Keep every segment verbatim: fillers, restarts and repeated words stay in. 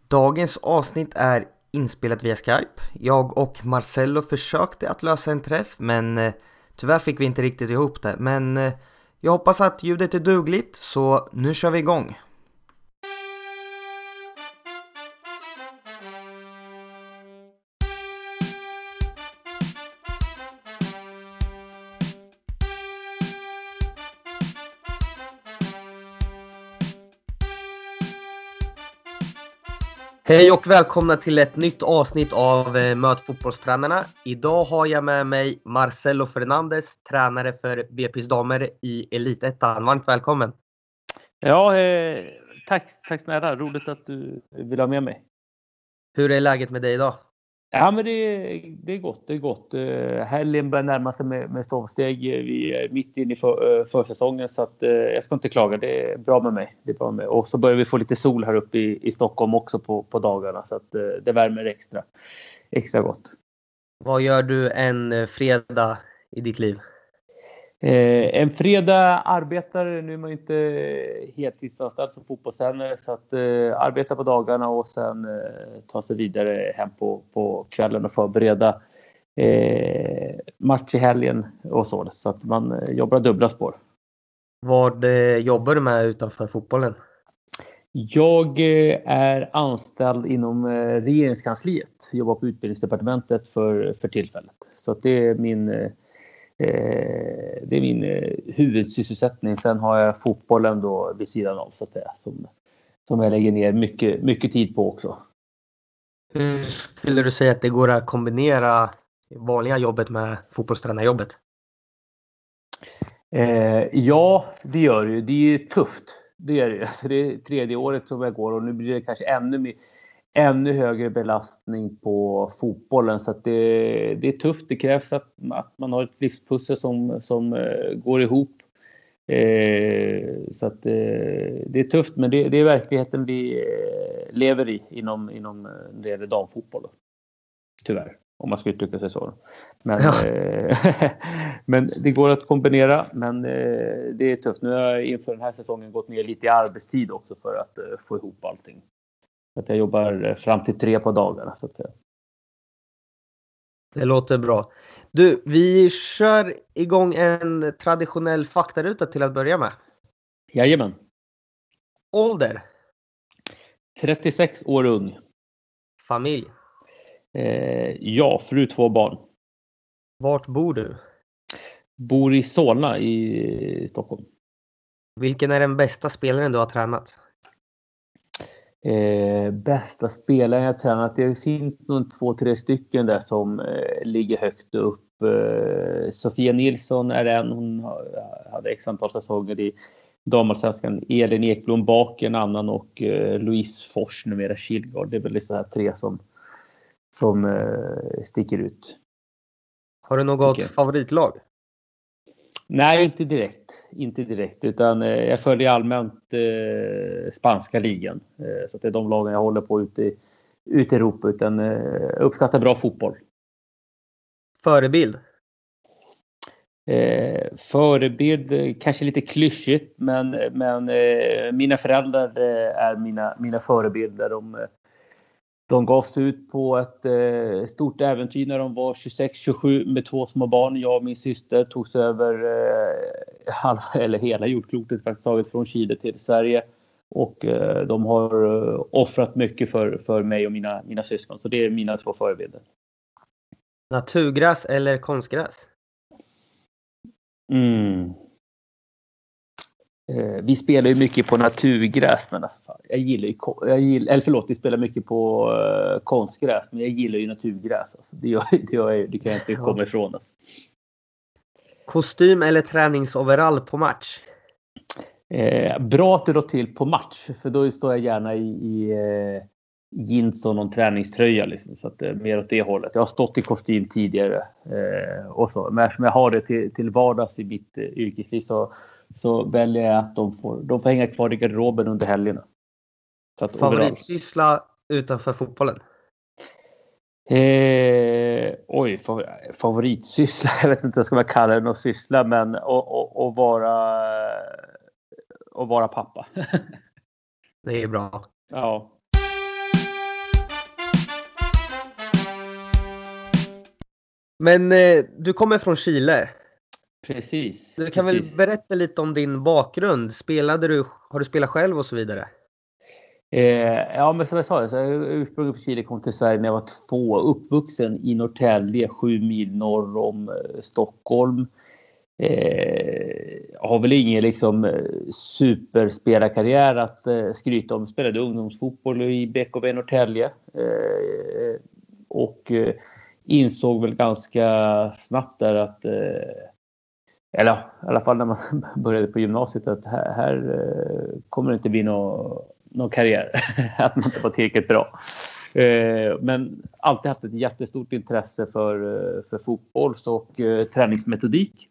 Dagens avsnitt är inspelat via Skype. Jag och Marcello försökte att lösa en träff, men eh, tyvärr fick vi inte riktigt ihop det. Men eh, jag hoppas att ljudet är dugligt, så nu kör vi igång. Hej och välkomna till ett nytt avsnitt av Möt fotbollstränarna. Idag har jag med mig Marcello Fernandes, tränare för B P:s damer i Elitettan. Varmt välkommen. Ja, eh, tack, tack snälla. Roligt att du vill ha med mig. Hur är läget med dig idag? Ja, men det, det är gott. Det är gott. Uh, helgen börjar närma sig med, med stormsteg. Vi är mitt inne i för, uh, försäsongen, så att, uh, jag ska inte klaga. Det är bra med mig. Det är bra med mig. Och så börjar vi få lite sol här uppe i, i Stockholm också på, på dagarna. Så att, uh, det värmer extra, extra gott. Vad gör du en fredag i ditt liv? Eh, en fredag arbetar, nu är man inte heltidsanställd som fotbollstränare, så att eh, arbeta på dagarna och sen eh, ta sig vidare hem på, på kvällen och förbereda eh, match i helgen och så. Så att man eh, jobbar dubbla spår. Vad eh, jobbar du med utanför fotbollen? Jag eh, är anställd inom eh, regeringskansliet, jobbar på utbildningsdepartementet för, för tillfället. Så att det är min eh, Det är min huvudsysselsättning. Sen har jag fotbollen då vid sidan av, så att säga, som, som jag lägger ner mycket, mycket tid på också. Hur skulle du säga att det går att kombinera vanliga jobbet med fotbollstränarjobbet? Eh, ja, det gör det ju. Det är ju tufft. Det är det. Alltså, det är tredje året som jag går och nu blir det kanske ännu mer ännu högre belastning på fotbollen, så att det, det är tufft. Det krävs att, att man har ett livspussel som, som uh, går ihop. Eh, så att uh, det är tufft, men det, det är verkligheten vi uh, lever i inom, inom uh, det gäller damfotboll. Tyvärr, om man ska uttrycka sig så. Men, ja. uh, men det går att kombinera, men uh, det är tufft. Nu har jag inför den här säsongen gått ner lite i arbetstid också för att uh, få ihop allting. Att jag jobbar fram till tre på dagarna. Så att det... det låter bra. Du, vi kör igång en traditionell faktaruta till att börja med. Jajamän. Ålder? trettiosex år ung. Familj? Eh, ja, fru, två barn. Vart bor du? Bor i Solna i Stockholm. Vilken är den bästa spelaren du har tränat? Eh, bästa spelaren jag tränat, det finns nog två, tre stycken där som eh, ligger högt upp. Eh, Sofia Nilsson är en, hon hade x antal säsonger i damallsvenskan. Elin Ekblom bak en annan och eh, Louise Fors, numera Kilgård. Det är väl så här tre som, som eh, sticker ut. Har du något favoritlag? Nej, inte direkt. Inte direkt, utan eh, jag följer allmänt eh, spanska ligan. Eh, så att det är de lagen jag håller på ute i, ute i Europa, utan eh, uppskattar bra fotboll. Förebild? Eh, förebild, kanske lite klyschigt, men, men eh, mina föräldrar eh, är mina, mina förebilder. De, de gav sig ut på ett eh, stort äventyr när de var tjugosex tjugosju med två små barn. Jag och min syster tog sig över eh, halva, eller hela jordklotet faktiskt taget, från Chile till Sverige. Och eh, de har eh, offrat mycket för, för mig och mina, mina syskon. Så det är mina två förebilder. Naturgräs eller konstgräs? Mm. Eh, vi spelar ju mycket på naturgräs, men alltså, jag gillar ju, jag gillar, eller förlåt, vi spelar mycket på uh, konstgräs, men jag gillar ju naturgräs. Alltså. Det, gör, det, gör, det kan jag inte komma ifrån. Alltså. Kostym eller träningsoverall på match? Eh, bra att du då till på match, för då står jag gärna i, i eh, jeans och någon träningströja. Liksom, så att det är mer åt det hållet. Jag har stått i kostym tidigare eh, och så, men eftersom jag har det till, till vardags i mitt eh, yrkesliv så så väljer jag att de får, de får hänga kvar i garderoben under helgerna. Så att favoritsyssla utanför fotbollen? Eh, oj, favoritsyssla. Jag vet inte vad jag ska kalla det, någon syssla, men att vara och vara pappa. Det är bra. Ja. Men eh, du kommer från Chile. Precis. Du kan precis. väl berätta lite om din bakgrund. Spelade du, har du spelat själv och så vidare? Eh, ja, men som jag sa, så jag är ursprungligen från Chile, kom till Sverige när jag var två, uppvuxen i Norrtälje, sju mil norr om eh, Stockholm. Eh, har väl ingen liksom eh, superspelarkarriär att eh, skryta om. Spelade ungdomsfotboll i B K V Norrtälje eh, och eh, insåg väl ganska snabbt där att eh, eller i alla fall när man började på gymnasiet att här, här eh, kommer det inte bli någon, någon karriär. Att man inte var tillräckligt bra. Eh, men alltid haft ett jättestort intresse för, eh, för fotboll och eh, träningsmetodik.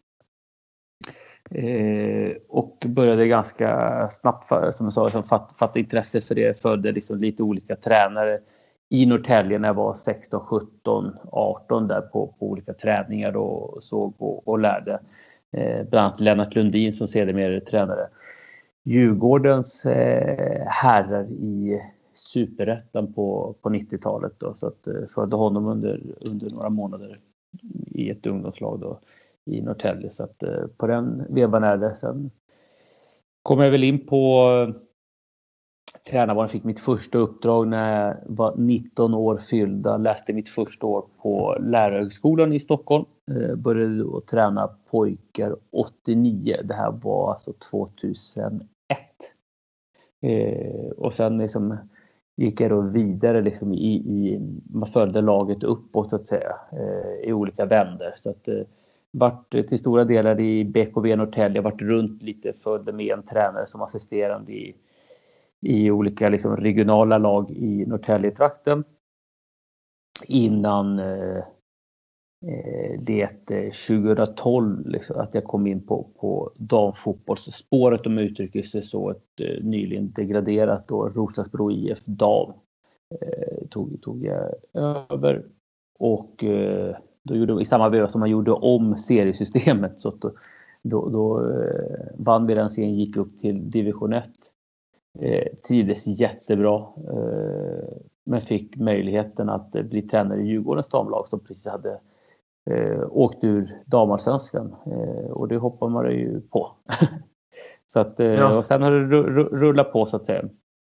Eh, och började ganska snabbt, som jag sa, som fatt, fatta intresse för det. Följde liksom lite olika tränare i Norrtälje när jag var sexton, sjutton, arton där på, på olika träningar och såg och, och lärde. Eh, bland annat Lennart Lundin som sedermera tränare Djurgårdens eh, herrar i Superettan på, på nittiotalet. Då, så att eh, följde honom under, under några månader i ett ungdomslag då, i Norrtälje. Så att eh, på den vevan är det. Sen kom jag väl in på eh, tränarbanan, fick mitt första uppdrag när jag var nitton år fyllda. Läste mitt första år på Lärarhögskolan i Stockholm. Eh, började då träna pojkar åttionio. Det här var alltså tvåtusenett. Eh, och sen liksom gick jag då vidare liksom i, i man följde laget uppåt så att säga eh, i olika vänder. Så att eh, vart till stora delar i B K V Norrtälje, vart runt lite, följde med en tränare som assisterande i i olika liksom regionala lag i Norrtäljetrakten innan eh, det eh, tjugohundratolv liksom, att jag kom in på, på damfotbollsspåret, om uttrycker sig så, ett eh, nyligen degraderat då Roslagsbro I F dam eh, tog, tog jag över och eh, då gjorde i samma veva som man gjorde om seriesystemet, så då, då, då eh, vann vi den serien, gick upp till division ett. Eh, trivdes jättebra eh, men fick möjligheten att eh, bli tränare i Djurgårdens damlag som precis hade eh, åkt ur damallsvenskan eh, och det hoppar man ju på. Så att, eh, ja. Och sen har det rullat på så att säga.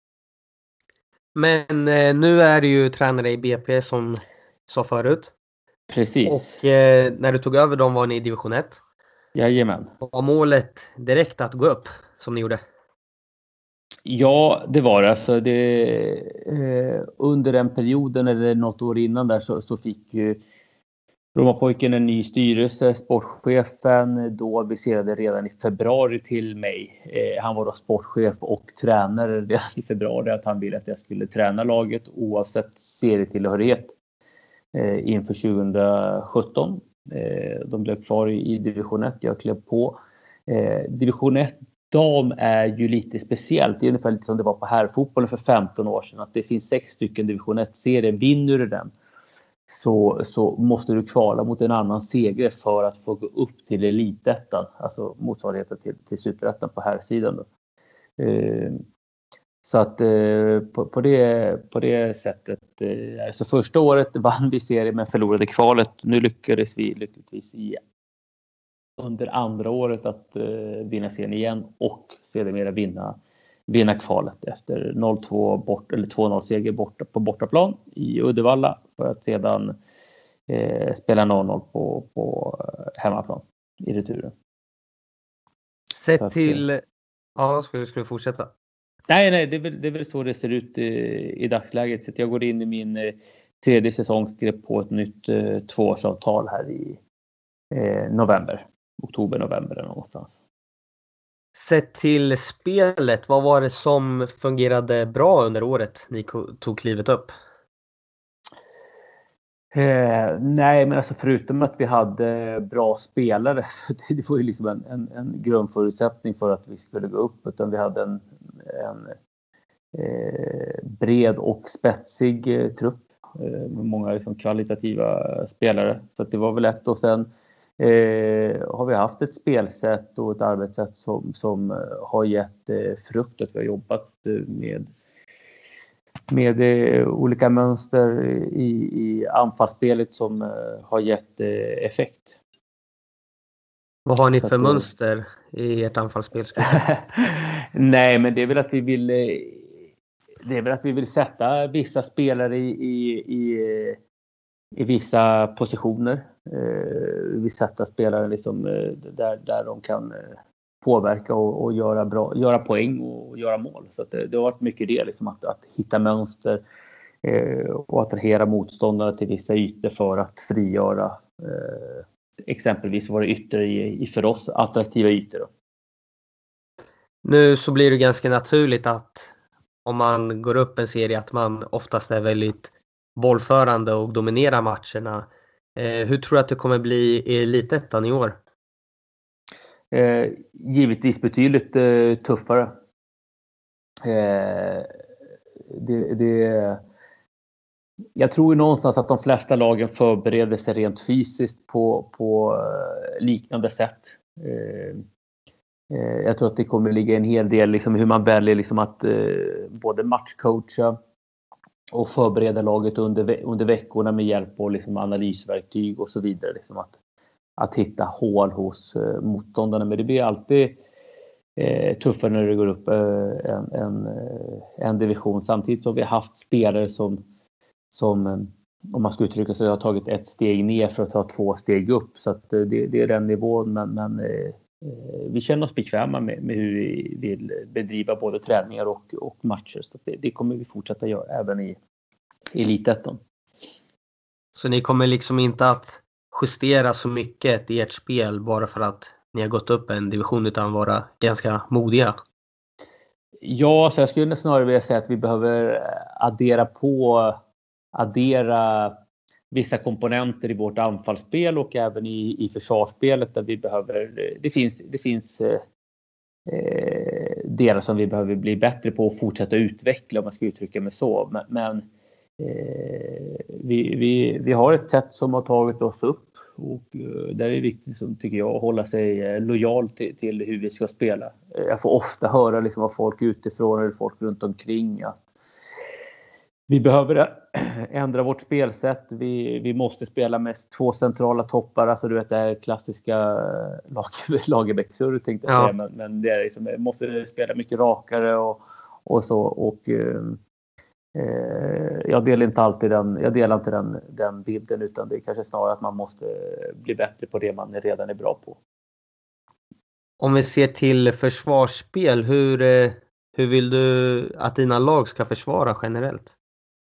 Men eh, nu är du ju tränare i B P som sa förut. Precis. Och eh, när du tog över dem var ni i division ett. Jajamän. Var målet direkt att gå upp som ni gjorde? Ja, det var det. Alltså det eh, under den perioden eller något år innan där så, så fick ju Brommapojken en ny styrelse. Sportchefen då aviserade redan i februari till mig. Eh, han var då sportchef och tränare redan i februari att han ville att jag skulle träna laget oavsett serietillhörighet eh, inför tjugosjutton. Eh, de blev kvar i, i division ett. Jag klev på. Eh, division ett dam är ju lite speciellt. Det är ungefär lite som det var på herrfotbollen för femton år sedan. Att det finns sex stycken division ett-serier. Vinner du den så, så måste du kvala mot en annan seger för att få gå upp till elitettan. Alltså motsvarigheten till, till superettan på herrsidan då. Eh, så att eh, på, på, det, på det sättet. Eh, så första året vann vi serien men förlorade kvalet. Nu lyckades vi lyckligtvis i under andra året att eh, vinna serien igen och sedermera vinna, vinna kvalet efter noll två bort, eller två noll seger borta på bortaplan i Uddevalla för att sedan eh, spela noll noll på, på hemmaplan i returen. Sett att, till... Ja, ska du, ska du fortsätta? Nej, nej, det är väl, det är väl så det ser ut i, i dagsläget. Så jag går in i min eh, tredje säsong, skrev på ett nytt eh, tvåårsavtal här i eh, november. Oktober, november eller någonstans. Sett till spelet, vad var det som fungerade bra under året ni tog klivet upp? Eh, nej, men alltså förutom att vi hade bra spelare så det, det var ju liksom en, en, en grundförutsättning för att vi skulle gå upp, utan vi hade en, en eh, bred och spetsig eh, trupp eh, med många liksom, kvalitativa spelare. Så att det var väl lätt, och sen Eh, har vi haft ett spelsätt och ett arbetssätt som, som har gett eh, frukt, att vi har jobbat eh, med med eh, olika mönster i, i anfallsspelet som eh, har gett eh, effekt. Vad har ni Så för att, mönster i ert anfallsspel? Nej, men det är väl att vi vill eh, det är väl att vi vill sätta vissa spelare i, i, i, i vissa positioner. Eh, vi sätter spelare liksom, eh, där, där de kan eh, påverka och, och göra, bra, göra poäng och göra mål. Så att det, det har varit mycket det, liksom att, att hitta mönster eh, och attrahera motståndare till vissa ytor för att frigöra eh, exempelvis våra ytor i, i för oss attraktiva ytor. Då. Nu så blir det ganska naturligt att om man går upp en serie att man oftast är väldigt bollförande och dominerar matcherna. Eh, hur tror du att det kommer bli i Elitettan i år? Eh, givetvis betydligt eh, tuffare. Eh, det, det, jag tror ju någonstans att de flesta lagen förbereder sig rent fysiskt på, på eh, liknande sätt. Eh, eh, jag tror att det kommer ligga en hel del liksom, hur man väljer liksom, att eh, både matchcoacha och förbereda laget under, under veckorna med hjälp av liksom, analysverktyg och så vidare. Liksom, att, att hitta hål hos eh, motståndarna. Men det blir alltid eh, tuffare när det går upp eh, en, en, en division. Samtidigt så har vi haft spelare som, som om man ska uttrycka sig, har tagit ett steg ner för att ta två steg upp. Så att, eh, det, det är den nivån. Men, men eh, vi känner oss bekväma med, med hur vi vill bedriva både träningar och, och matcher. Så det, det kommer vi fortsätta göra även i Elitettan. Så ni kommer liksom inte att justera så mycket i ert spel bara för att ni har gått upp en division utan vara ganska modiga? Ja, så jag skulle snarare vilja säga att vi behöver addera på, addera vissa komponenter i vårt anfallsspel och även i, i försvarsspelet där vi behöver, det finns, det finns eh, delar som vi behöver bli bättre på och fortsätta utveckla om man ska uttrycka mig så. Men, men eh, vi, vi, vi har ett sätt som har tagit oss upp och eh, där är det viktigt som tycker jag att hålla sig eh, lojal till, till hur vi ska spela. Jag får ofta höra liksom av folk utifrån eller folk runt omkring att vi behöver ändra vårt spelsätt. Vi, vi måste spela med två centrala toppar. Alltså du vet det här klassiska lag, Lagerbäckssurr tänkte jag Ja. säga. Men, men det är liksom, måste spela mycket rakare och, och så. Och eh, jag delar inte alltid den, jag delar inte den, den bilden utan det är kanske snarare att man måste bli bättre på det man redan är bra på. Om vi ser till försvarsspel, hur, hur vill du att dina lag ska försvara generellt?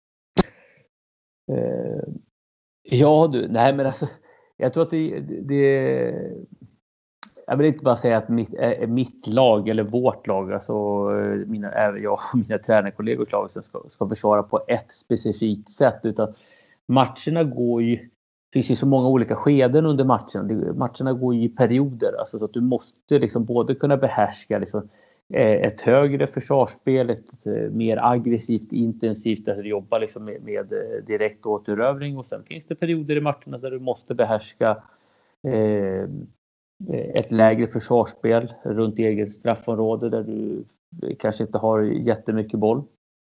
Eh, ja du, nej men alltså jag tror att det, det jag vill inte bara säga att mitt, mitt lag eller vårt lag, alltså mina, även jag och mina tränarkollegor lag ska, ska försvara på ett specifikt sätt utan matcherna går ju, det finns ju så många olika skeden under matcherna. Matcherna går ju i perioder, alltså så att du måste liksom både kunna behärska liksom ett högre försvarsspel, ett mer aggressivt, intensivt att jobba liksom med, med direkt återövring och sen finns det perioder i matcherna där du måste behärska eh, ett lägre försvarsspel runt eget straffområde där du kanske inte har jättemycket boll.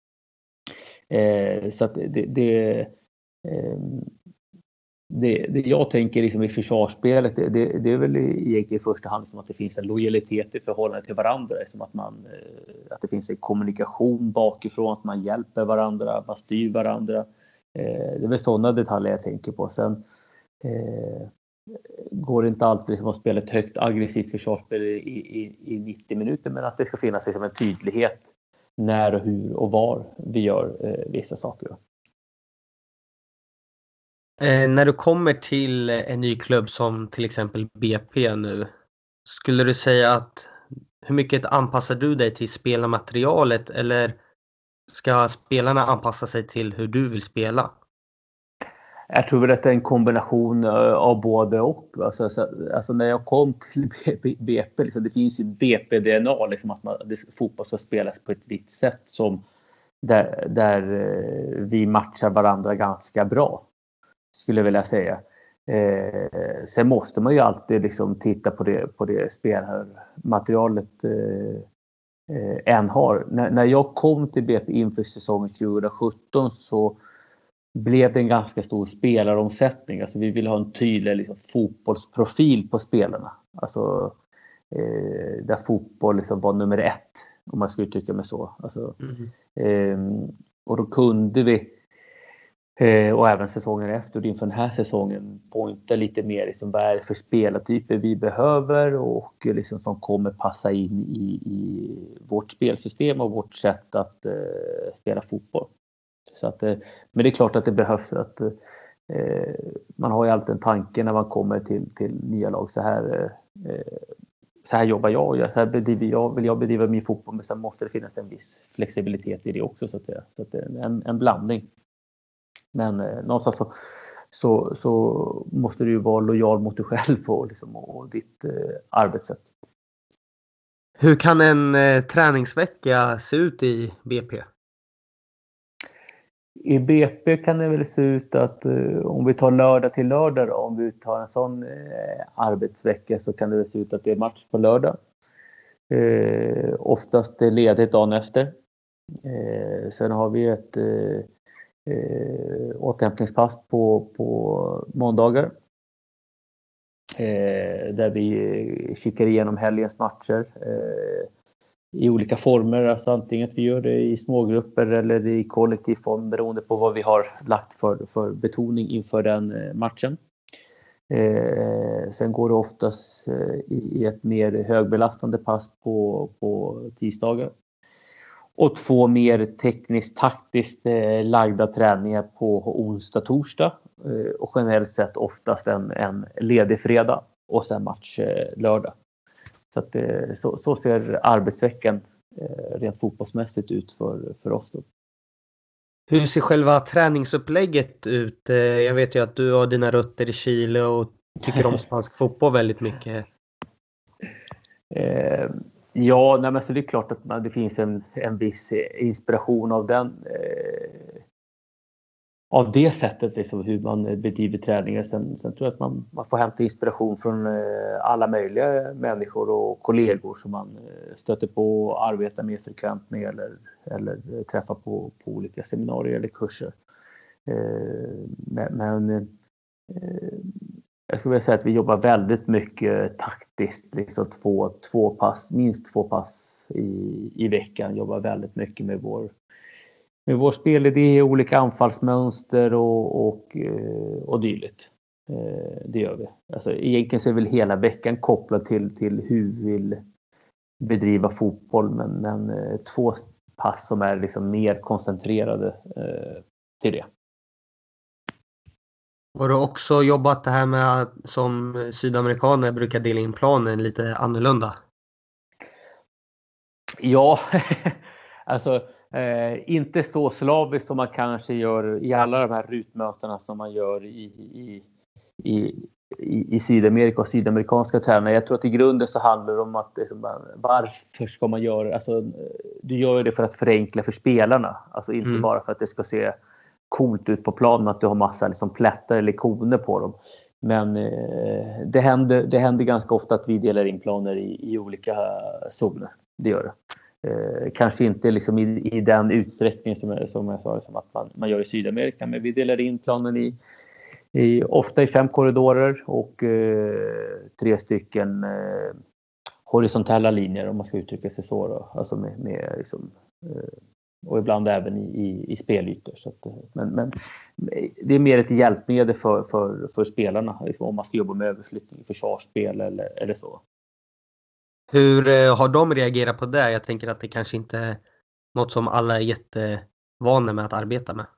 Eh, så att det, det, eh, det, det jag tänker liksom i försvarsspelet, det, det, det är väl egentligen i första hand som att det finns en lojalitet i förhållande till varandra. Som att, man, att det finns en kommunikation bakifrån, att man hjälper varandra, man styr varandra. Eh, det är väl sådana detaljer jag tänker på. Sen eh, går det inte alltid liksom att spela ett högt aggressivt försvarsspel i, i, i nittio minuter, men att det ska finnas liksom en tydlighet när och hur och var vi gör eh, vissa saker. Eh, när du kommer till en ny klubb som till exempel B P nu, skulle du säga att hur mycket anpassar du dig till spelarmaterialet eller ska spelarna anpassa sig till hur du vill spela? Jag tror väl att det är en kombination av både och. Alltså, alltså när jag kom till B P, liksom, det finns ju B P-D N A, liksom, att man, det, fotboll ska spelas på ett vitt sätt som, där, där vi matchar varandra ganska bra, skulle jag vilja säga. Eh, sen måste man ju alltid liksom titta på det, på det spelarmaterialet eh, eh, än har. När, när jag kom till B P inför säsongen tjugo sjutton så blev det en ganska stor spelaromsättning. Alltså vi ville ha en tydlig liksom, fotbollsprofil på spelarna. Alltså eh, där fotboll liksom var nummer ett, om man skulle uttrycka mig så. Alltså, mm. eh, och då kunde vi eh, och även säsongen efter inför den här säsongen pointa lite mer liksom, vad är det för spelartyper vi behöver och liksom, som kommer passa in i, i vårt spelsystem och vårt sätt att eh, spela fotboll. Så att, men det är klart att det behövs att eh, man har ju alltid en tanke när man kommer till, till nya lag. Så här, eh, så här jobbar jag, så här bedriver jag, vill jag bedriva min fotboll, men sen måste det finnas en viss flexibilitet i det också. Så att, det, så att det är en, en blandning. Men eh, någonstans så, så, så måste du ju vara lojal mot dig själv och, liksom, och ditt eh, arbetssätt. Hur kan en eh, träningsvecka se ut i B P? I B P kan det väl se ut att uh, om vi tar lördag till lördag då, om vi tar en sån uh, arbetsvecka så kan det väl se ut att det är match på lördag. Uh, oftast är ledigt dagen efter. Uh, sen har vi ett uh, uh, återhämtningspass på, på måndagar. Uh, där vi kikar igenom helgens matcher. Uh, i olika former, alltså antingen att vi gör det i smågrupper eller i kollektiv form beroende på vad vi har lagt för, för betoning inför den matchen. Eh, sen går det oftast eh, i ett mer högbelastande pass på, på tisdagar. Och två mer tekniskt taktiskt eh, lagda träningar på onsdag, torsdag. Eh, och generellt sett oftast en, en ledig fredag och sen match eh, lördag. Så, att, så, så ser arbetsveckan eh, rent fotbollsmässigt ut för, för oss då. Hur ser själva träningsupplägget ut? Jag vet ju att du har dina rötter i Chile och tycker om spansk fotboll väldigt mycket. Eh, ja, nej, men så det är klart att man, det finns en, en viss inspiration av den. Eh, av det sättet liksom, hur man bedriver träningar. Sen, sen tror jag att man, man får hämta inspiration från eh, alla möjliga människor och kollegor som man eh, stöter på och arbetar mer frekvent med eller, eller träffar på, på olika seminarier eller kurser. Eh, men men eh, jag skulle vilja säga att vi jobbar väldigt mycket taktiskt. Liksom två, två pass, minst två pass i, i veckan. Jobbar väldigt mycket med vår Med vår spelidé, olika anfallsmönster och, och, och dylikt. Det gör vi. Alltså, egentligen så är väl hela veckan kopplad till, till hur vi vill bedriva fotboll. Men, men två pass som är liksom mer koncentrerade eh, till det. Har du också jobbat det här med att som sydamerikaner brukar dela in planen lite annorlunda? Ja, alltså... Eh, inte så slaviskt som man kanske gör i alla de här rutmötena som man gör i, i, i, i, i Sydamerika och sydamerikanska tränare. Jag tror att i grunden så handlar det om att liksom, varför ska man göra, alltså, du gör det för att förenkla för spelarna, alltså inte mm. bara för att det ska se coolt ut på planen, att du har massa liksom, plättar eller ikoner på dem. Men eh, det, händer, det händer ganska ofta att vi delar in planer i, i olika zoner. Det gör det. Eh, kanske inte liksom i, i den utsträckning som jag, som jag sa som att man, man gör i Sydamerika, men vi delar in planen i, i ofta i fem korridorer och eh, tre stycken eh, horisontella linjer, om man ska uttrycka sig så då. Alltså med, med liksom, eh, och ibland även i, i, i spelytor. Så att, men, men det är mer ett hjälpmedel för, för, för spelarna liksom, om man ska jobba med överflyttning, försvarsspel eller, eller så. Hur eh, har de reagerat på det? Jag tänker att det kanske inte är något som alla är jättevana med att arbeta med.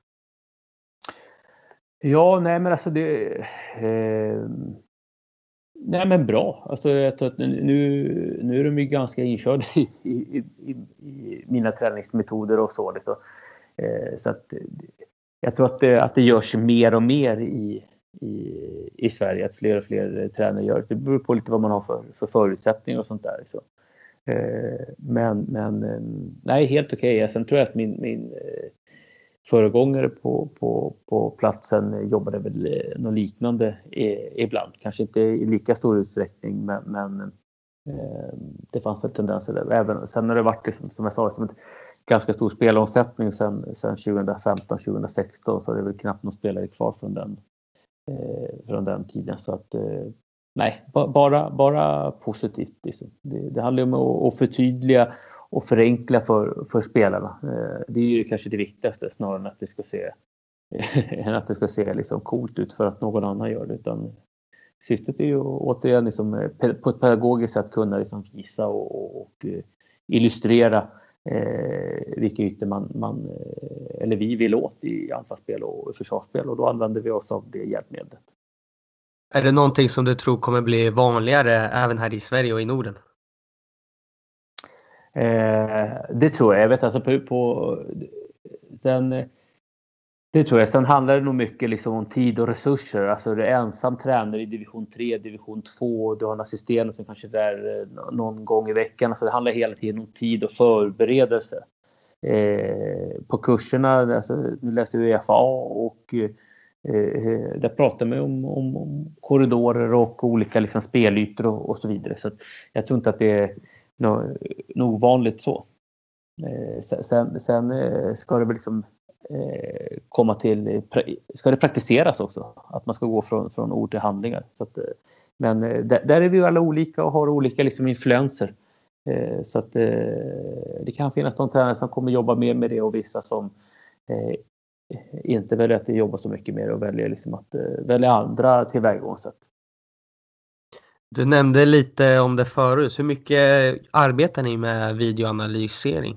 Ja, nej men alltså det... Eh, nej men bra. Alltså jag tror att nu, nu är de ju ganska inkörda i, i, i, i mina träningsmetoder och så. så, eh, så att, jag tror att det, att det görs mer och mer i, i, i Sverige. Att fler och fler tränare gör det. Det beror på lite vad man har för, för förutsättningar och sånt där. Så. Eh, men, men nej, helt okej. Okay. Sen tror jag att min... min föregångare på, på, på platsen jobbade väl något liknande ibland. Kanske inte i lika stor utsträckning, men, men Eh, det fanns väl tendenser där. Även, sen har det varit liksom, som jag sa, som ett ganska stor spelomsättning sen, sen tjugofemton tjugosexton, så är det väl knappt någon spelare kvar från den, eh, från den tiden. Så att eh, nej, bara, bara positivt. Liksom. Det, det handlar om att, att förtydliga och förenkla för, för spelarna. Eh, det är ju kanske det viktigaste, snarare än att det ska se än att det ska se liksom coolt ut för att någon annan gör det. Utan syftet är ju återigen liksom, på ett pedagogiskt sätt kunna liksom visa och, och, och illustrera eh, vilka ytor man, man eller vi vill åt i anfallsspel och försvarsspel, och då använder vi oss av det hjälpmedlet. Är det någonting som du tror kommer bli vanligare även här i Sverige och i Norden? Eh, det tror jag. Jag vet alltså på, på den Det tror jag. Sen handlar det nog mycket liksom om tid och resurser. Alltså du är ensam tränare i division tre, division två. Du har en assisterande som kanske är där någon gång i veckan. Alltså det handlar hela tiden om tid och förberedelse. Eh, på kurserna, alltså, nu läser vi U F A och eh, där pratar man om, om, om korridorer och olika liksom, spelytor och, och så vidare. Så jag tror inte att det är nog vanligt så. Eh, sen sen eh, ska det väl liksom Eh, komma till, ska det praktiseras också, att man ska gå från, från ord till handlingar. Så att, men eh, där, där är vi ju alla olika och har olika liksom influenser, eh, så att eh, det kan finnas de tränare som kommer jobba mer med det och vissa som eh, inte väljer att jobba så mycket mer och väljer liksom att eh, välja andra tillvägagångssätt. Du nämnde lite om det förut. Hur mycket arbetar ni med videoanalysering?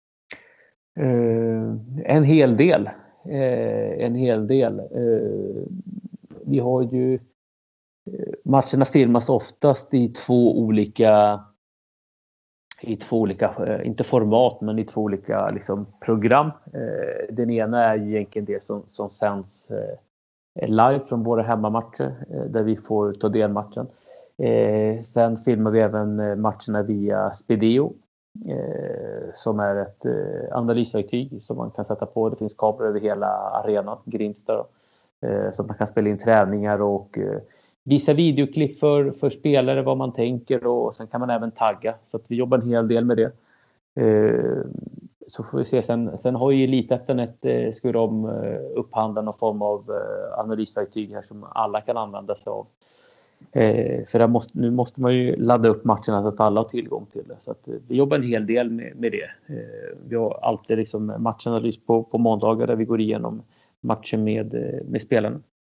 Uh, en hel del. Uh, en hel del. Uh, vi har ju matcherna filmas oftast i två olika i två olika, inte format, men i två olika liksom, program. Uh, den ena är ju egentligen det som, som sänds uh, live från våra hemmamatcher, uh, där vi får ta del matchen. Uh, sen filmar vi även matcherna via Speedeo. Eh, som är ett eh, analysverktyg som man kan sätta på. Det finns kameror över hela arenan, Grimsta, eh, så att man kan spela in träningar och eh, visa videoklipp för, för spelare, vad man tänker, och sen kan man även tagga, så att vi jobbar en hel del med det. Eh, så får vi se, sen, sen har ju Elitettan ett eh, ska de eh, upphandla någon form av eh, analysverktyg här som alla kan använda sig av. Eh, för där måste, nu måste man ju ladda upp matcherna så att alla har tillgång till det. Så att, eh, vi jobbar en hel del med, med det. Eh, vi har alltid liksom matchanalys på, på måndagar där vi går igenom matchen med, med spelarna.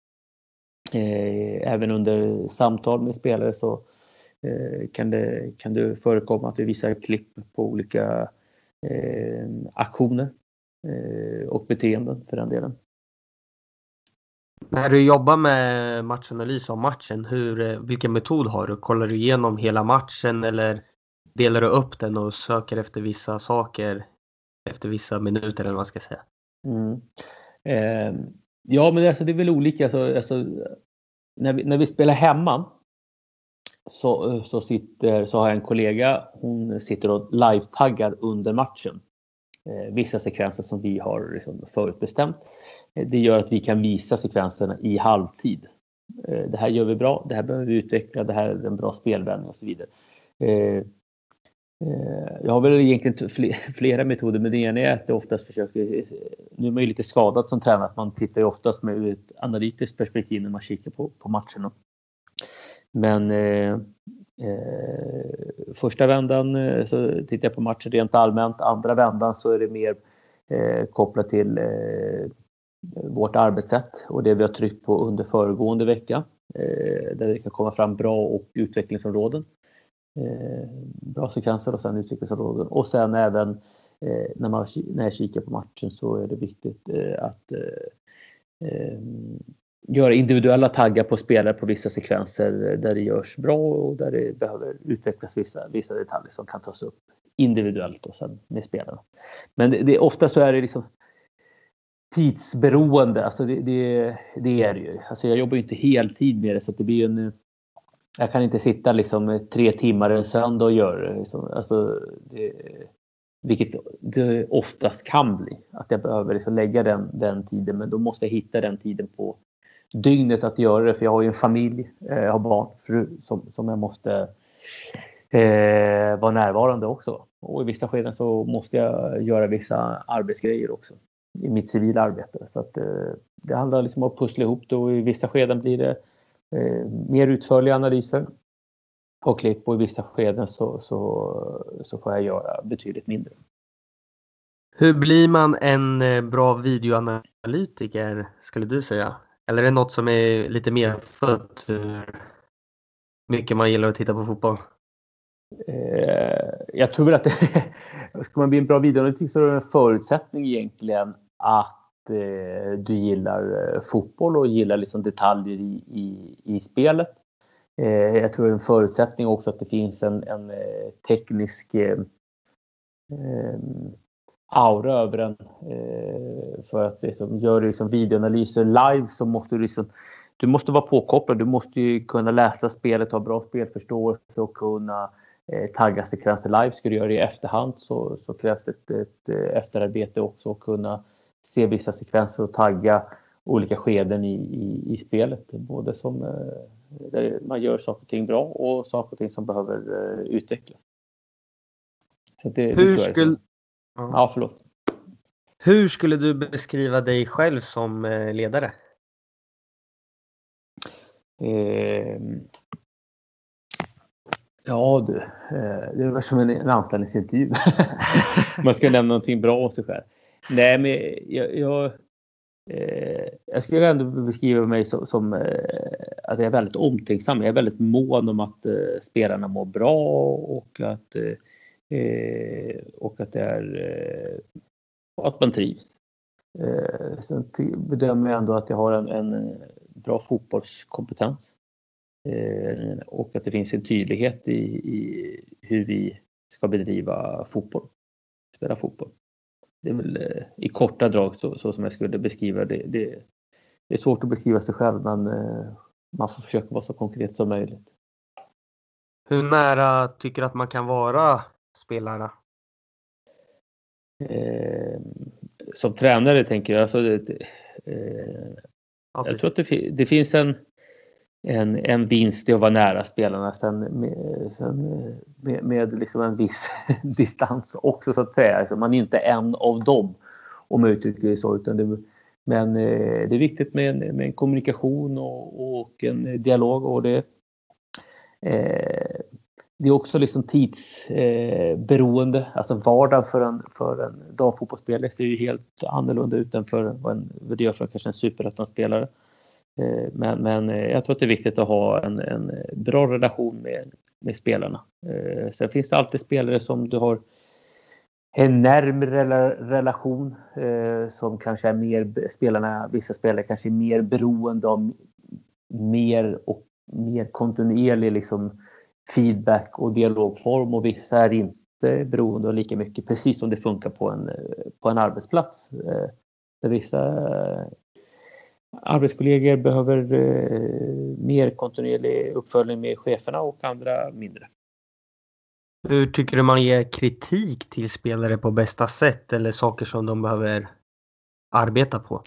Eh, även under samtal med spelare så eh, kan, det, kan det förekomma att vi visar klipp på olika eh, aktioner eh, och beteenden för den delen. När du jobbar med matchanalys av matchen, hur, vilken metod har du? Kollar du igenom hela matchen eller delar du upp den och söker efter vissa saker efter vissa minuter, eller vad man ska säga? Mm. Eh, ja, men alltså, det är väl olika. Alltså, alltså, när, vi, när vi spelar hemma så, så, sitter, så har jag en kollega, hon sitter och live-taggar under matchen. Eh, vissa sekvenser som vi har liksom förutbestämt. Det gör att vi kan visa sekvenserna i halvtid. Det här gör vi bra, det här behöver vi utveckla, det här är en bra spelvändning och så vidare. Jag har väl egentligen flera metoder, men det ena är att jag oftast försöker, nu är man ju lite skadad som tränare, att man tittar ju oftast med ett analytiskt perspektiv när man kikar på, på matcherna. Men eh, första vändan så tittar jag på matchen rent allmänt, andra vändan så är det mer eh, kopplat till eh, vårt arbetssätt och det vi har tryckt på under föregående vecka, eh, där det kan komma fram bra och utvecklingsområden, eh, bra sekvenser och sen utvecklingsområden, och sen även eh, när, man, när jag kikar på matchen så är det viktigt eh, att eh, eh, göra individuella taggar på spelare på vissa sekvenser där det görs bra och där det behöver utvecklas vissa, vissa detaljer som kan tas upp individuellt och sen med spelarna. Men det, det, ofta så är det liksom tidsberoende, alltså det, det, det är det ju. Alltså jag jobbar ju inte heltid med det, så att det blir en, jag kan inte sitta liksom tre timmar en söndag och göra det. Liksom. Alltså det, vilket det oftast kan bli. Att jag behöver liksom lägga den, den tiden, men då måste jag hitta den tiden på dygnet att göra det. För jag har ju en familj, jag har barn, fru som, som jag måste eh, vara närvarande också. Och i vissa skeden så måste jag göra vissa arbetsgrejer också i mitt civila arbete. Så att, eh, det handlar liksom om att pussla ihop det, och i vissa skeden blir det eh, mer utförliga analyser och klipp, och i vissa skeden så, så, så får jag göra betydligt mindre. Hur blir man en bra videoanalytiker, skulle du säga? Eller är det något som är lite mer för hur mycket man gillar att titta på fotboll? Eh, jag tror väl att det, ska man bli en bra videoanalytiker så är det en förutsättning egentligen att eh, du gillar eh, fotboll och gillar liksom detaljer i, i, i spelet. Eh, jag tror det är en förutsättning också att det finns en, en eh, teknisk eh, eh, aura över den. Eh, för att liksom, gör du liksom videoanalyser live så måste du liksom, du måste vara påkopplad. Du måste ju kunna läsa spelet, ha bra spelförståelse och kunna eh, tagga sekvenser live. Ska du göra det i efterhand så, så krävs det ett, ett, ett efterarbete också, att kunna se vissa sekvenser och tagga olika skeden i, i, i spelet. Både som eh, där man gör saker och ting bra och saker och ting som behöver eh, utvecklas. Så det, Hur det skulle... Ja, förlåt. Hur skulle du beskriva dig själv som eh, ledare? Eh, ja du, eh, det var som en, en anställningsintervju. Man ska nämna någonting bra om sig själv. Nej, men jag, jag, eh, jag skulle ändå beskriva mig som, som eh, att jag är väldigt omtänksam. Jag är väldigt mån om att eh, spelarna mår bra och att, eh, och att det är eh, att man trivs. Eh, sen bedömer jag ändå att jag har en, en bra fotbollskompetens. Eh, och att det finns en tydlighet i, i hur vi ska bedriva fotboll. Spela fotboll. Det är väl eh, i korta drag så, så som jag skulle beskriva det. Det, det är svårt att beskriva sig själv, men eh, man får försöka vara så konkret som möjligt. Hur nära tycker du att man kan vara spelarna? Eh, som tränare tänker jag. Alltså, det, eh, ja, jag tror att det, det finns en En, en vinst i att vara nära spelarna, sen med, sen med, med liksom en viss distans också, så att säga. Alltså man är inte en av dem, om jag uttrycker det så, utan det, men eh, det är viktigt med en, med en kommunikation och, och en dialog, och det, eh, det är också liksom tidsberoende. Eh, alltså vardag för en, för en damfotbollsspelare ser ju helt annorlunda ut än för vad, en, vad det gör för kanske en superettan-spelare. Men, men jag tror att det är viktigt att ha en, en bra relation med, med spelarna. Sen finns det alltid spelare som du har en närmare relation, som kanske är mer, spelarna, vissa spelare kanske är mer beroende av mer och mer kontinuerlig liksom feedback och dialogform, och vissa är inte beroende av lika mycket, precis som det funkar på en, på en arbetsplats. Där vissa arbetskollegor behöver eh, mer kontinuerlig uppföljning med cheferna och andra mindre. Hur tycker du man ger kritik till spelare på bästa sätt, eller saker som de behöver arbeta på?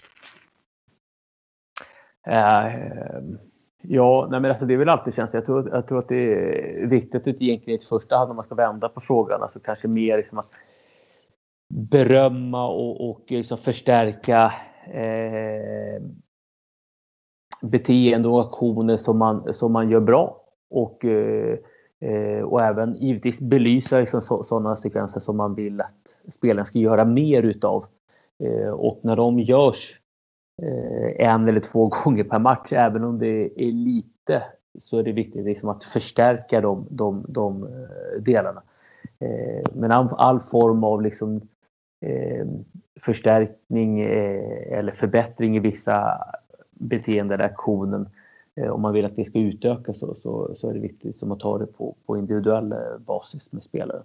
Eh, ja, nej, men alltså det är väl alltid känns. Jag tror, jag tror att det är viktigt att egentligen i första hand, om man ska vända på frågan, alltså kanske mer liksom att berömma och, och liksom förstärka eh, beteende och aktioner som man, som man gör bra, och, eh, och även givetvis belysa liksom så, sådana sekvenser som man vill att spelaren ska göra mer utav, eh, och när de görs eh, en eller två gånger per match, även om det är lite, så är det viktigt liksom att förstärka de, de, de delarna. Eh, men all, all form av liksom, eh, förstärkning eh, eller förbättring i vissa beteende eller aktionen, eh, om man vill att det ska utökas, så, så, så är det viktigt som att ta det på, på individuell basis med spelare.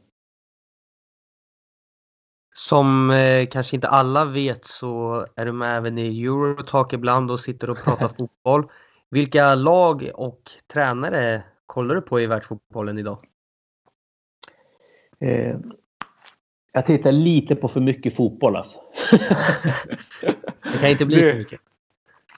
Som eh, kanske inte alla vet, så är du med även i Eurotalk ibland och sitter och pratar fotboll. Vilka lag och tränare kollar du på i världsfotbollen idag? Eh, jag tittar lite på för mycket fotboll alltså. Det kan inte bli för mycket.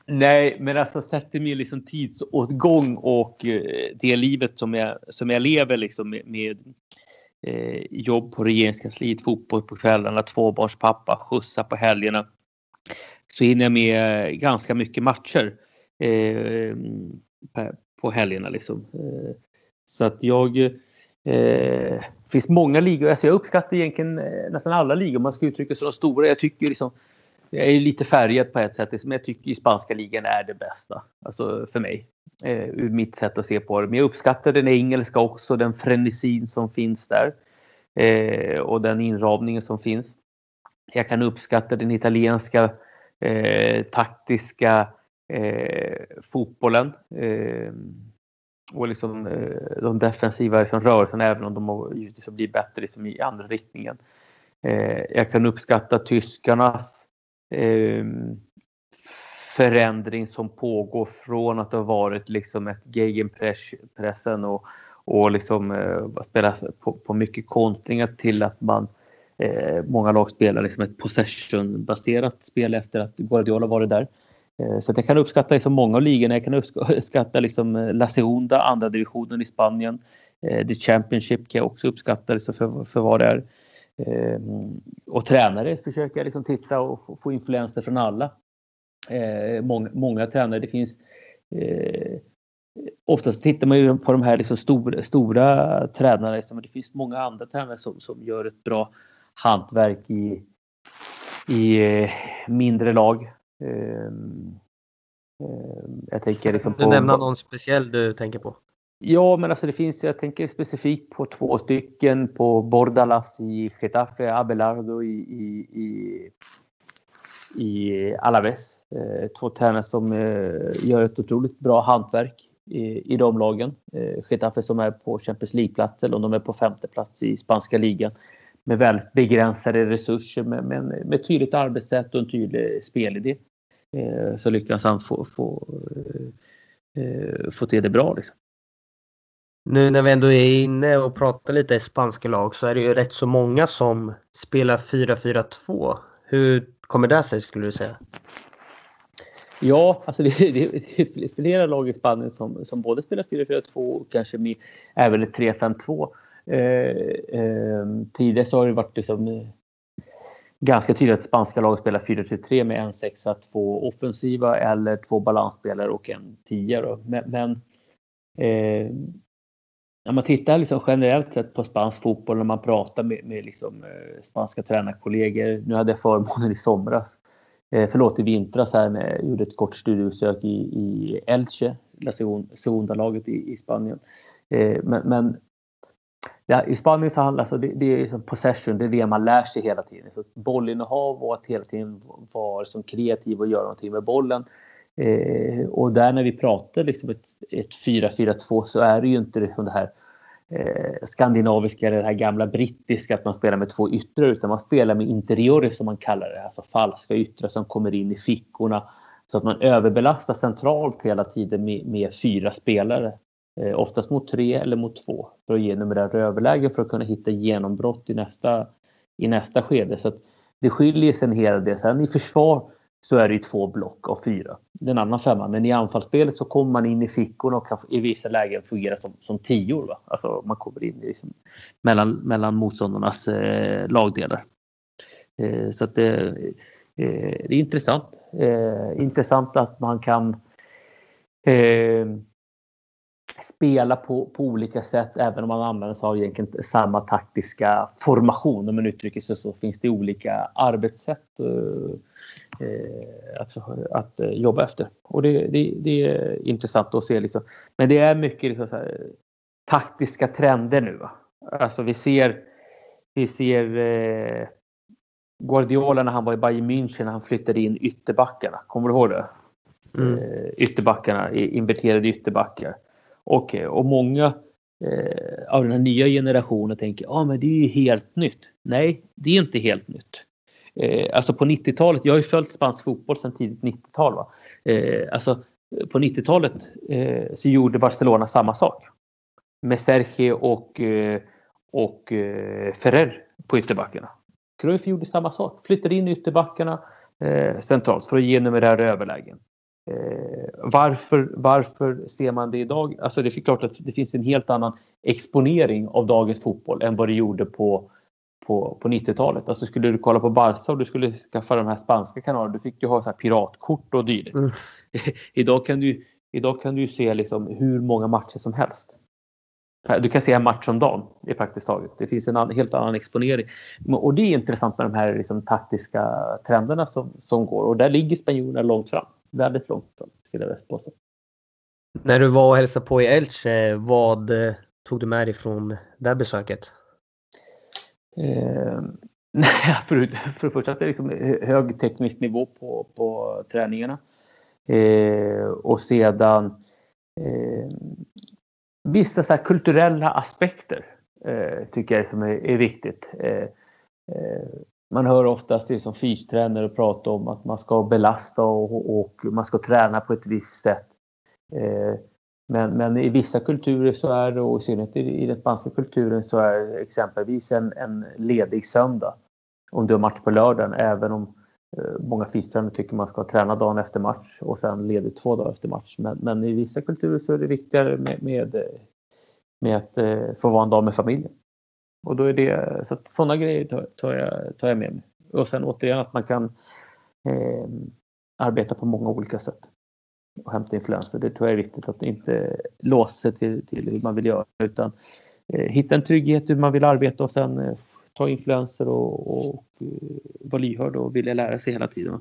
Nej, men alltså sätter mig liksom tidsåtgång och eh, det livet som jag, som jag lever liksom med, med eh, jobb på regeringskansliet, fotboll på kvällarna, tvåbarnspappa, skjutsa på helgerna. Så hinner jag med ganska mycket matcher eh, på helgerna liksom. Eh, så att jag eh, finns många ligor, alltså jag uppskattar egentligen nästan alla ligor, man ska uttrycka sig de stora. Jag tycker liksom, jag är lite färgad på ett sätt, men jag tycker ju spanska ligan är det bästa, alltså för mig, eh, ur mitt sätt att se på det. Men jag uppskattar den engelska också, den frenesin som finns där eh, och den inramningen som finns. Jag kan uppskatta den italienska eh, taktiska eh, fotbollen eh, och liksom eh, de defensiva liksom, rörelserna, även om de har, givetvis blir bättre liksom, i andra riktningen. Eh, jag kan uppskatta tyskarnas eh, förändring som pågår från att det har varit liksom ett gegenpressen och, och liksom eh, spela på, på mycket kontringar till att man eh, många lag spelar liksom ett possession-baserat spel efter att Guardiola varit där. Eh, så att jag kan uppskatta liksom många av ligorna. Jag kan uppskatta liksom La Segunda, andra divisionen i Spanien. Eh, The Championship kan jag också uppskatta liksom för, för vad det är. Eh, och tränare försöker jag liksom titta och få, få influenser från alla. Eh, många, många tränare, det finns eh, oftast tittar man ju på de här liksom stora, stora tränarna, men det finns många andra tränare som, som gör ett bra hantverk i, i eh, mindre lag. Eh, eh, jag tänker liksom på, du nämna någon speciell du tänker på? Ja, men alltså det finns, jag tänker specifikt på två stycken, på Bordalas i Getafe, Abelardo i, i, i, i Alaves. Eh, två tränare som eh, gör ett otroligt bra hantverk i, i de lagen. Eh, Getafe som är på Champions League-plats, eller om de är på femte plats i spanska ligan. Med väldigt begränsade resurser, med, med, med tydligt arbetssätt och en tydlig spelidé. Eh, så lyckas han få, få, eh, få till det bra liksom. Nu när vi ändå är inne och pratar lite spanska lag, så är det ju rätt så många som spelar fyra fyra två. Hur kommer det sig, skulle du säga? Ja, alltså det, det, det är flera lag i Spanien som, som både spelar fyra fyra två och kanske med, även ett tre fem två. Eh, eh, tidigare så har det varit liksom, eh, ganska tydligt att spanska lag spelar fyra tre tre med en sexa, två offensiva eller två balansspelare och en tia. Då. Men, men eh, när man tittar liksom generellt sett på spansk fotboll, när man pratar med, med liksom, eh, spanska tränarkollegor. Nu hade jag förmånen i somras, eh, förlåt i vintras här, när jag gjorde ett kort studiebesök i, i Elche, La Segunda-laget i, i Spanien. Eh, men men ja, i Spanien så handlar alltså det, det är liksom possession, det är det man lär sig hela tiden. Så bollinnehav och att hela tiden vara som kreativ och göra någonting med bollen. Eh, och där när vi pratar liksom ett, ett fyra fyra två, så är det ju inte liksom det här eh, skandinaviska eller det här gamla brittiska att man spelar med två yttrar, utan man spelar med interiörer som man kallar det, alltså falska yttrar som kommer in i fickorna, så att man överbelastar centralt hela tiden med, med fyra spelare, eh, oftast mot tre eller mot två, för att ge numerära överlägen för att kunna hitta genombrott i nästa, i nästa skede. Så att det skiljer sig en hel del. Sen i försvar så är det ju två block av fyra. Den andra femman. Men i anfallsspelet så kommer man in i fickorna och kan i vissa lägen fungera som, som tior. Va? Alltså man kommer in liksom mellan, mellan motståndarnas eh, lagdelar. Eh, så att det, eh, det är intressant. Eh, intressant att man kan eh, spela på, på olika sätt, även om man använder sig av egentligen samma taktiska formation. Om man uttrycker sig så, finns det olika arbetssätt eh, att, att eh, jobba efter. Och det, det, det är intressant att se. Liksom. Men det är mycket liksom, så här, taktiska trender nu. Va? Alltså vi ser, vi ser eh, Guardiola när han var i Bayern München, när han flyttade in ytterbackarna. Kommer du ihåg det? Mm. Eh, ytterbackarna, inverterade ytterbackar. Och, och många eh, av den här nya generationen tänker, ja ah, men det är ju helt nytt. Nej, det är inte helt nytt. Eh, alltså på nittiotalet, jag har ju följt spansk fotboll sedan tidigt nittiotal. Va? Eh, alltså på nittiotalet eh, så gjorde Barcelona samma sak. Med Sergio och, eh, och eh, Ferrer på ytterbackarna. Cruyff gjorde samma sak. Flyttade in ytterbackarna eh, centralt för att ge numerära överlägen. Eh, varför, varför ser man det idag? Alltså det är klart att det finns en helt annan exponering av dagens fotboll än vad det gjorde på, på, på nittiotalet. Alltså skulle du kolla på Barca och du skulle skaffa de här spanska kanalerna, du fick ju ha så här piratkort och dylikt. Mm. idag, kan du, idag kan du ju se liksom hur många matcher som helst. Du kan se en match om dagen i praktiskt taget. Det finns en annan, helt annan exponering. Och det är intressant med de här liksom taktiska trenderna som, som går. Och där ligger spanjorerna långt fram. Väldigt långt fram, skulle jag påstå. När du var och hälsade på i Elche, vad tog du med dig från det besöket? Eh, för, för det första att det är liksom hög teknisk nivå på, på träningarna. Eh, och sedan eh, vissa så här kulturella aspekter eh, tycker jag som är, är viktigt. Eh, eh, man hör oftast det som fystränare prata om att man ska belasta och, och man ska träna på ett visst sätt. Eh, men, men i vissa kulturer så är det, och i synnerhet i, i den spanska kulturen så är exempelvis en, en ledig söndag om du har match på lördagen, även om eh, många fystränare tycker man ska träna dagen efter match och sen ledigt två dagar efter match. Men, men i vissa kulturer så är det viktigare med, med, med att eh, få vara en dag med familjen. Och då är det, så att sådana grejer tar, tar, jag, tar jag med mig. Och sen återigen att man kan eh, arbeta på många olika sätt och hämta influenser. Det tror jag är viktigt, att inte låsa sig till, till hur man vill göra, utan eh, hitta en trygghet hur man vill arbeta och sen eh, ta influenser och, och, och uh, vara lyhörd och vilja lära sig hela tiden.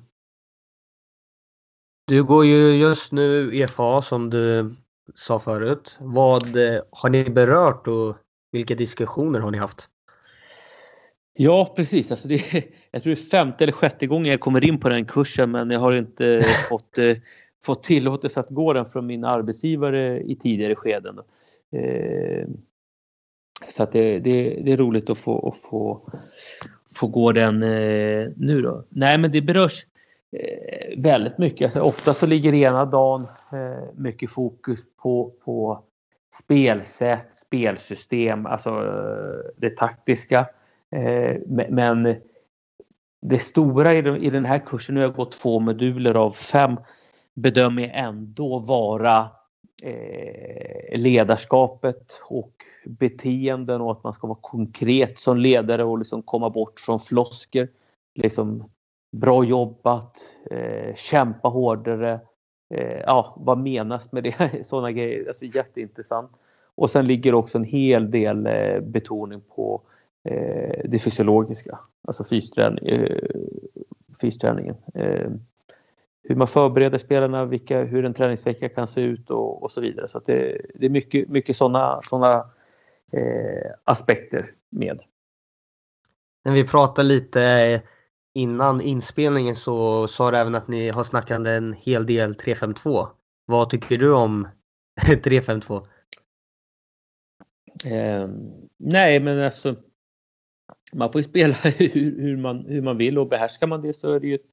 Du går ju just nu E F A som du sa förut. Vad eh, har ni berört och vilka diskussioner har ni haft? Ja, precis. Alltså det är, jag tror det är femte eller sjätte gången jag kommer in på den kursen, men jag har inte fått, eh, fått tillåtelse att gå den från min arbetsgivare i tidigare skeden. Eh, så att det, det, det är roligt att få, att få, få gå den eh, nu då. Nej, men det berörs eh, väldigt mycket. Alltså, ofta så ligger ena dagen eh, mycket fokus på, på spelsätt, spelsystem, alltså eh, det taktiska. Eh, men det stora i den här kursen, nu har jag gått två moduler av fem, bedömer jag ändå vara eh, ledarskapet och beteenden, och att man ska vara konkret som ledare och liksom komma bort från flosker. Liksom bra jobbat, eh, kämpa hårdare. Eh, ja, vad menas med det? Sådana grejer, alltså jätteintressant. Och sen ligger också en hel del eh, betoning på eh, det fysiologiska, alltså fysträning, eh, fysträningen. Eh, hur man förbereder spelarna, vilka, hur en träningsvecka kan se ut och, och så vidare. Så att det, det är mycket, mycket sådana såna, eh, aspekter med. När vi pratade lite innan inspelningen så sa du även att ni har snackat en hel del tre fem två. Vad tycker du om tre fem två? Eh, nej, men alltså man får ju spela hur, hur, man, hur man vill, och behärskar man det så är det ju ett,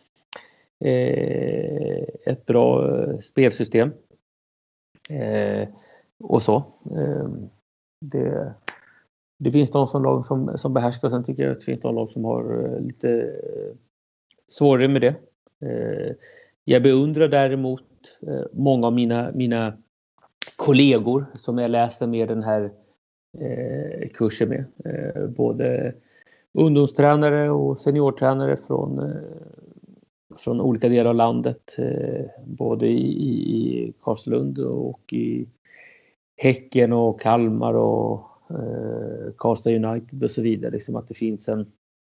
eh, ett bra spelsystem. Eh, och så. Eh, det, det finns de som lag som, som behärskar, och sen tycker jag att det finns de lag som har lite svårare med det. Eh, jag beundrar däremot eh, många av mina, mina kollegor som jag läser med den här eh, kursen med. Eh, både ungdomstränare och seniortränare från, eh, från olika delar av landet. Eh, både i, i Karlslund och i Häcken och Kalmar och eh, Karlstad United och så vidare. Liksom att det finns en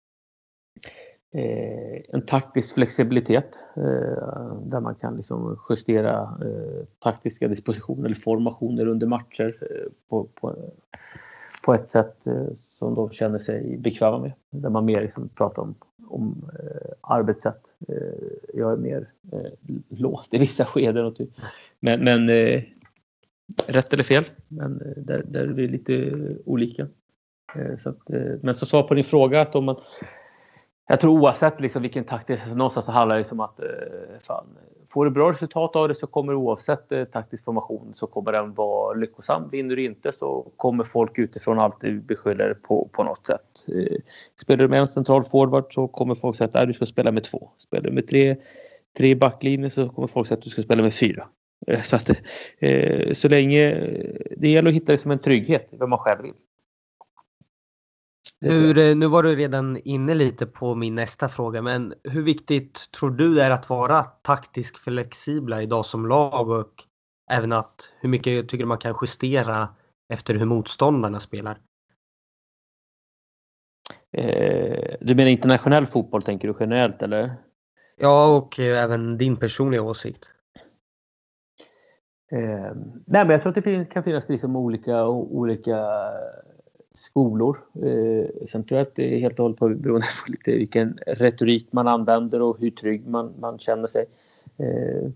Eh, en taktisk flexibilitet eh, där man kan liksom justera eh, taktiska dispositioner eller formationer under matcher eh, på, på, på ett sätt eh, som de känner sig bekväma med. Där man mer liksom pratar om, om eh, arbetssätt. Eh, jag är mer eh, låst i vissa skeden. Och typ. Men, men eh, rätt eller fel, men eh, där, där är vi lite olika. Eh, så att, eh, men så svar på din fråga, att om man jag tror oavsett liksom vilken taktisk, någonstans så handlar det liksom att eh, fan, får du bra resultat av det så kommer oavsett eh, taktisk formation så kommer den vara lyckosam. Vinner du inte så kommer folk utifrån alltid beskylla dig på, på något sätt. Eh, spelar du med en central forward så kommer folk säga att du ska spela med två. Spelar du med tre, tre backlinjer så kommer folk säga att du ska spela med fyra. Så att eh, så länge det gäller att hitta liksom en trygghet vad man själv vill. Hur, nu var du redan inne lite på min nästa fråga, men hur viktigt tror du det är att vara taktiskt flexibla idag som lag, och även att hur mycket jag tycker man kan justera efter hur motståndarna spelar? Eh, du menar internationell fotboll, tänker du generellt eller? Ja, och även din personliga åsikt. Eh, nej, men jag tror att det kan finnas liksom olika, olika skolor. Eh, sen tror jag att det är helt och hållet på beroende på lite vilken retorik man använder och hur trygg man, man känner sig. Eh,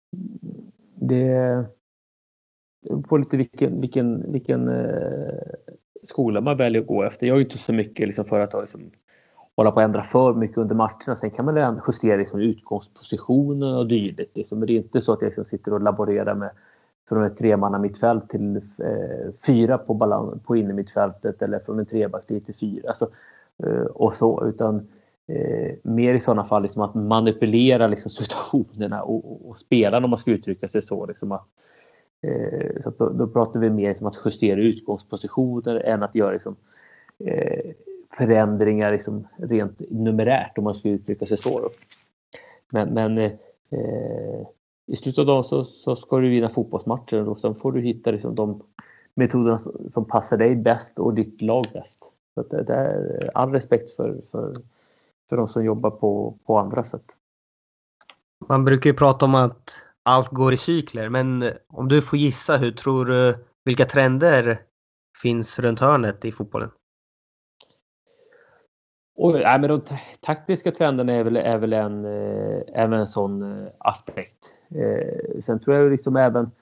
det på lite vilken, vilken, vilken eh, skola man väljer att gå efter. Jag är inte så mycket liksom för att liksom, hålla på att ändra för mycket under matcherna. Sen kan man justera liksom, utgångspositionen och dylikt. Liksom. Men det är inte så att jag liksom, sitter och laborerar med från ett tremanna mittfält till eh, fyra på, balans, på inne mittfältet eller från en trebackslinje till fyra. Alltså, eh, och så, utan eh, mer i sådana fall liksom, att manipulera liksom, situationerna och, och, och spela om man ska uttrycka sig så. Liksom, att, eh, så att då, då pratar vi mer liksom, att justera utgångspositioner än att göra liksom, eh, förändringar liksom, rent numerärt om man ska uttrycka sig så. Då. Men, men eh, i slutet av dagen så, så ska du vinna fotbollsmatcher och sen får du hitta liksom, de metoderna som, som passar dig bäst och ditt lag bäst. Så att det, det är all respekt för, för, för de som jobbar på, på andra sätt. Man brukar ju prata om att allt går i cykler, men om du får gissa, hur tror du, vilka trender finns runt hörnet i fotbollen? Och, ja, men de taktiska trenderna är väl, är väl en, eh, även en sån eh, aspekt. Eh, sen tror jag liksom även,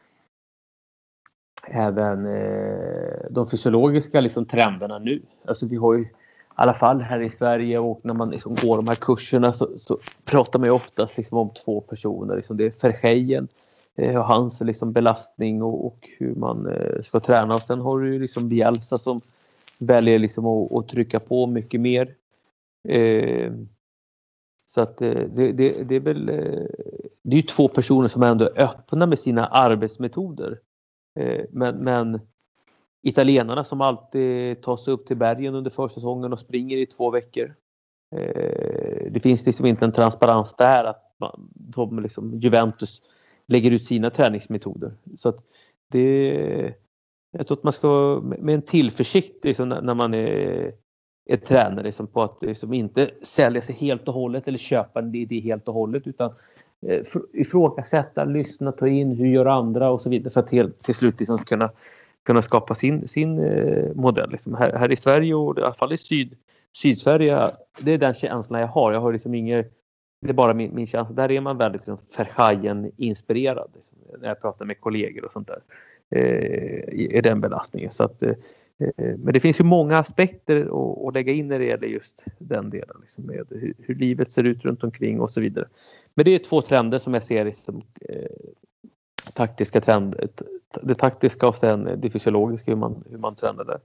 även eh, de fysiologiska liksom, trenderna nu. Alltså vi har ju i alla fall här i Sverige, och när man liksom, går de här kurserna så, så pratar man ju oftast liksom, om två personer. Liksom, det är Verheyen eh, och hans liksom, belastning och, och hur man eh, ska träna. Och sen har du ju liksom Bielsa som väljer liksom, att, att trycka på mycket mer. Eh, så att eh, det, det, det är väl eh, det är ju två personer som ändå är öppna med sina arbetsmetoder. Eh, men, men italienarna som alltid tar sig upp till bergen under försäsongen och springer i två veckor. Eh, det finns liksom inte en transparens där att man, de liksom, Juventus lägger ut sina träningsmetoder. Så att det, jag tror att man ska med en tillförsikt liksom, när man är ett tränare liksom, på att liksom, inte sälja sig helt och hållet eller köpa en idé helt och hållet, utan eh, ifrågasätta, lyssna, ta in, hur gör andra och så vidare, för att till, till slut liksom, kunna, kunna skapa sin, sin eh, modell. Liksom. Här, här i Sverige och i alla fall i syd, Sydsverige, det är den känslan jag har. Jag har liksom inget, det är bara min, min känsla. Där är man väldigt liksom, Verheyen-inspirerad liksom, när jag pratar med kollegor och sånt där. Eh, är den belastningen. Så att, eh, men det finns ju många aspekter att, att lägga in när det gäller just den delen. Liksom med hur, hur livet ser ut runt omkring och så vidare. Men det är två trender som jag ser som eh, taktiska trender. Det taktiska och sen det fysiologiska, hur man, hur man tränar där.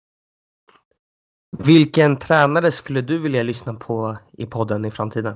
Vilken tränare skulle du vilja lyssna på i podden i framtiden?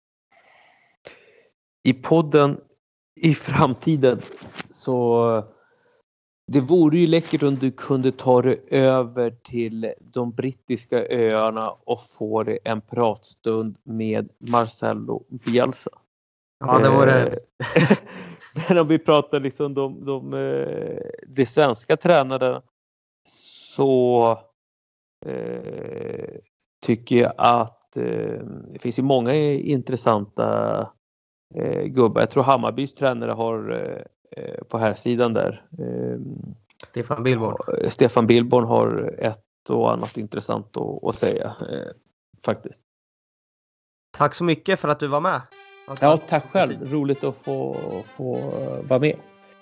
I podden i framtiden så det vore ju läckert om du kunde ta dig över till de brittiska öarna och få det en pratstund med Marcelo Bielsa. Ja, det var det. Men om vi pratar liksom de, de, de svenska tränarna så eh, tycker jag att eh, det finns ju många intressanta eh, gubbar. Jag tror Hammarbys tränare har eh, på här sidan där. Eh, Stefan Billborn. Stefan Billborn har ett och annat intressant att, att säga eh, faktiskt. Tack så mycket för att du var med. Ja, tack själv. Roligt att få, få vara med.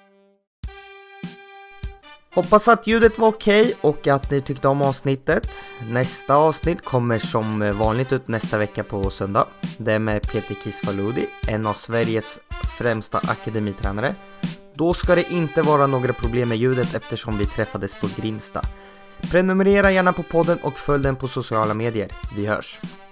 Hoppas att ljudet var okej och att ni tyckte om avsnittet. Nästa avsnitt kommer som vanligt ut nästa vecka på söndag. Det är med Peter Kisvaludi, en av Sveriges främsta akademitränare. Då ska det inte vara några problem med ljudet eftersom vi träffades på Grimsta. Prenumerera gärna på podden och följ den på sociala medier. Vi hörs!